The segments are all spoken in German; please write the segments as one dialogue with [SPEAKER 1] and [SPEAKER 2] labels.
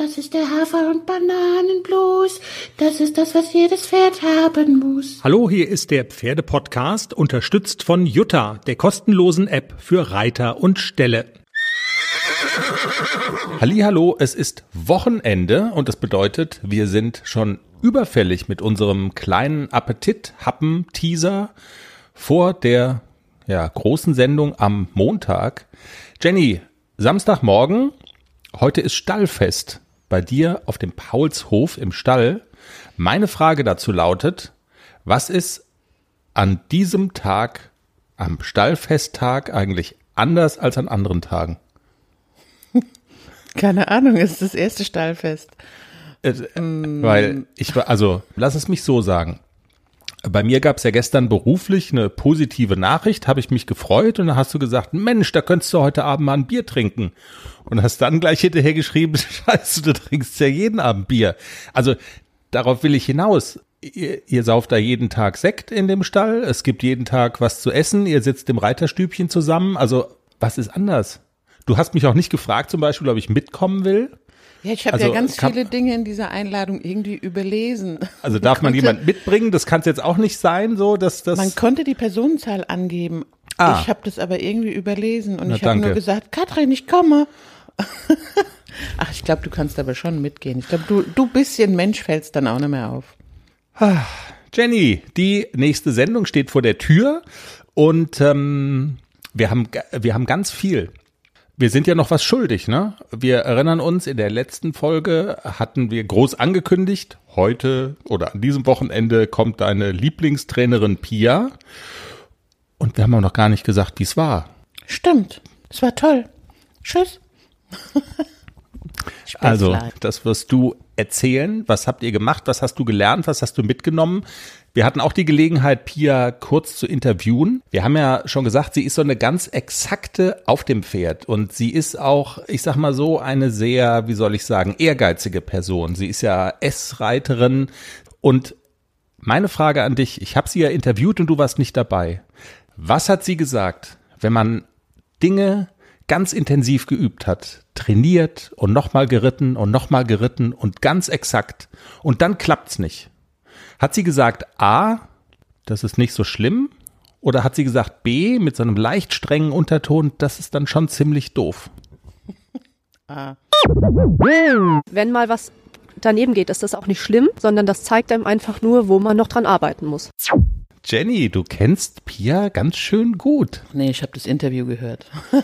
[SPEAKER 1] Das ist der Hafer- und Bananenblues. Das ist das, was jedes Pferd haben muss.
[SPEAKER 2] Hallo, hier ist der Pferdepodcast, unterstützt von Jutta, der kostenlosen App für Reiter und Ställe. Hallihallo, es ist Wochenende und das bedeutet, wir sind schon überfällig mit unserem kleinen Appetit-Happen-Teaser vor der großen Sendung am Montag. Jenny, Samstagmorgen, heute ist Stallfest bei dir auf dem Paulshof im Stall. Meine Frage dazu lautet, was ist an diesem Tag, am Stallfesttag eigentlich anders als an anderen Tagen?
[SPEAKER 3] Keine Ahnung, es ist das erste Stallfest.
[SPEAKER 2] Lass es mich so sagen. Bei mir gab es ja gestern beruflich eine positive Nachricht, habe ich mich gefreut und dann hast du gesagt, Mensch, da könntest du heute Abend mal ein Bier trinken. Und hast dann gleich hinterher geschrieben, scheiße, du trinkst ja jeden Abend Bier. Also darauf will ich hinaus. Ihr sauft da jeden Tag Sekt in dem Stall, es gibt jeden Tag was zu essen, ihr sitzt im Reiterstübchen zusammen. Also was ist anders? Du hast mich auch nicht gefragt zum Beispiel, ob ich mitkommen will.
[SPEAKER 3] Ja, ich habe ja ganz viele Dinge in dieser Einladung irgendwie überlesen.
[SPEAKER 2] Also darf man jemanden mitbringen? Das kann es jetzt auch nicht sein, so dass das.
[SPEAKER 3] Man konnte die Personenzahl angeben. Ich habe das aber irgendwie überlesen und ich habe nur gesagt, Katrin, ich komme. Ach, ich glaube, du kannst aber schon mitgehen. Ich glaube, du bisschen Mensch fällst dann auch nicht mehr auf.
[SPEAKER 2] Jenny, die nächste Sendung steht vor der Tür und wir haben ganz viel. Wir sind ja noch was schuldig, ne? Wir erinnern uns, in der letzten Folge hatten wir groß angekündigt, heute oder an diesem Wochenende kommt deine Lieblingstrainerin Pia. Und wir haben auch noch gar nicht gesagt, wie es war.
[SPEAKER 3] Stimmt, es war toll. Tschüss.
[SPEAKER 2] Also, das wirst du erzählen. Was habt ihr gemacht? Was hast du gelernt? Was hast du mitgenommen? Wir hatten auch die Gelegenheit, Pia kurz zu interviewen. Wir haben ja schon gesagt, sie ist so eine ganz exakte auf dem Pferd. Und sie ist auch, ich sag mal so, eine sehr, wie soll ich sagen, ehrgeizige Person. Sie ist ja S-Reiterin. Und meine Frage an dich, ich habe sie ja interviewt und du warst nicht dabei. Was hat sie gesagt, wenn man Dinge ganz intensiv geübt hat, trainiert und nochmal geritten und ganz exakt und dann klappt's nicht? Hat sie gesagt A, das ist nicht so schlimm, oder hat sie gesagt B mit so einem leicht strengen Unterton, das ist dann schon ziemlich doof?
[SPEAKER 3] A.
[SPEAKER 4] Wenn mal was daneben geht, ist das auch nicht schlimm, sondern das zeigt einem einfach nur, wo man noch dran arbeiten muss.
[SPEAKER 2] Jenny, du kennst Pia ganz schön gut.
[SPEAKER 3] Nee, ich habe das Interview gehört.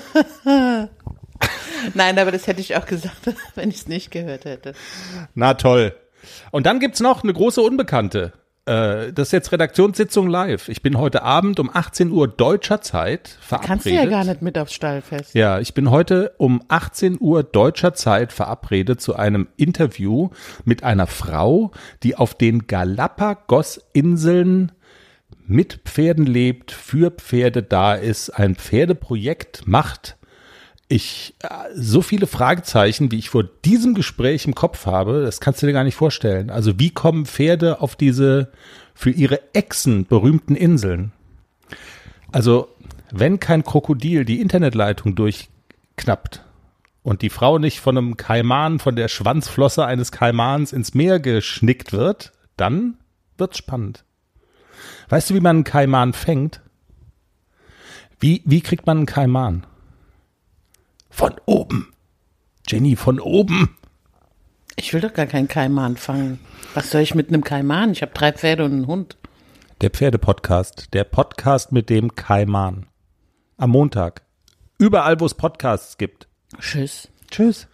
[SPEAKER 3] Nein, aber das hätte ich auch gesagt, wenn ich es nicht gehört hätte.
[SPEAKER 2] Na toll. Und dann gibt's noch eine große Unbekannte. Das ist jetzt Redaktionssitzung live. Ich bin heute Abend um 18 Uhr deutscher Zeit verabredet.
[SPEAKER 3] Kannst du ja gar nicht mit aufs Stallfest.
[SPEAKER 2] Ja, ich bin heute um 18 Uhr deutscher Zeit verabredet zu einem Interview mit einer Frau, die auf den Galapagos-Inseln mit Pferden lebt, für Pferde da ist, ein Pferdeprojekt macht. So viele Fragezeichen, wie ich vor diesem Gespräch im Kopf habe, das kannst du dir gar nicht vorstellen. Also wie kommen Pferde auf diese für ihre Echsen berühmten Inseln? Also wenn kein Krokodil die Internetleitung durchknappt und die Frau nicht von einem Kaiman, von der Schwanzflosse eines Kaimans ins Meer geschnickt wird, dann wird's spannend. Weißt du, wie man einen Kaiman fängt? Wie kriegt man einen Kaiman? Von oben. Jenny, von oben.
[SPEAKER 3] Ich will doch gar keinen Kaiman fangen. Was soll ich mit einem Kaiman? Ich habe 3 Pferde und einen Hund.
[SPEAKER 2] Der Pferdepodcast. Der Podcast mit dem Kaiman. Am Montag. Überall, wo es Podcasts gibt.
[SPEAKER 3] Tschüss.
[SPEAKER 2] Tschüss.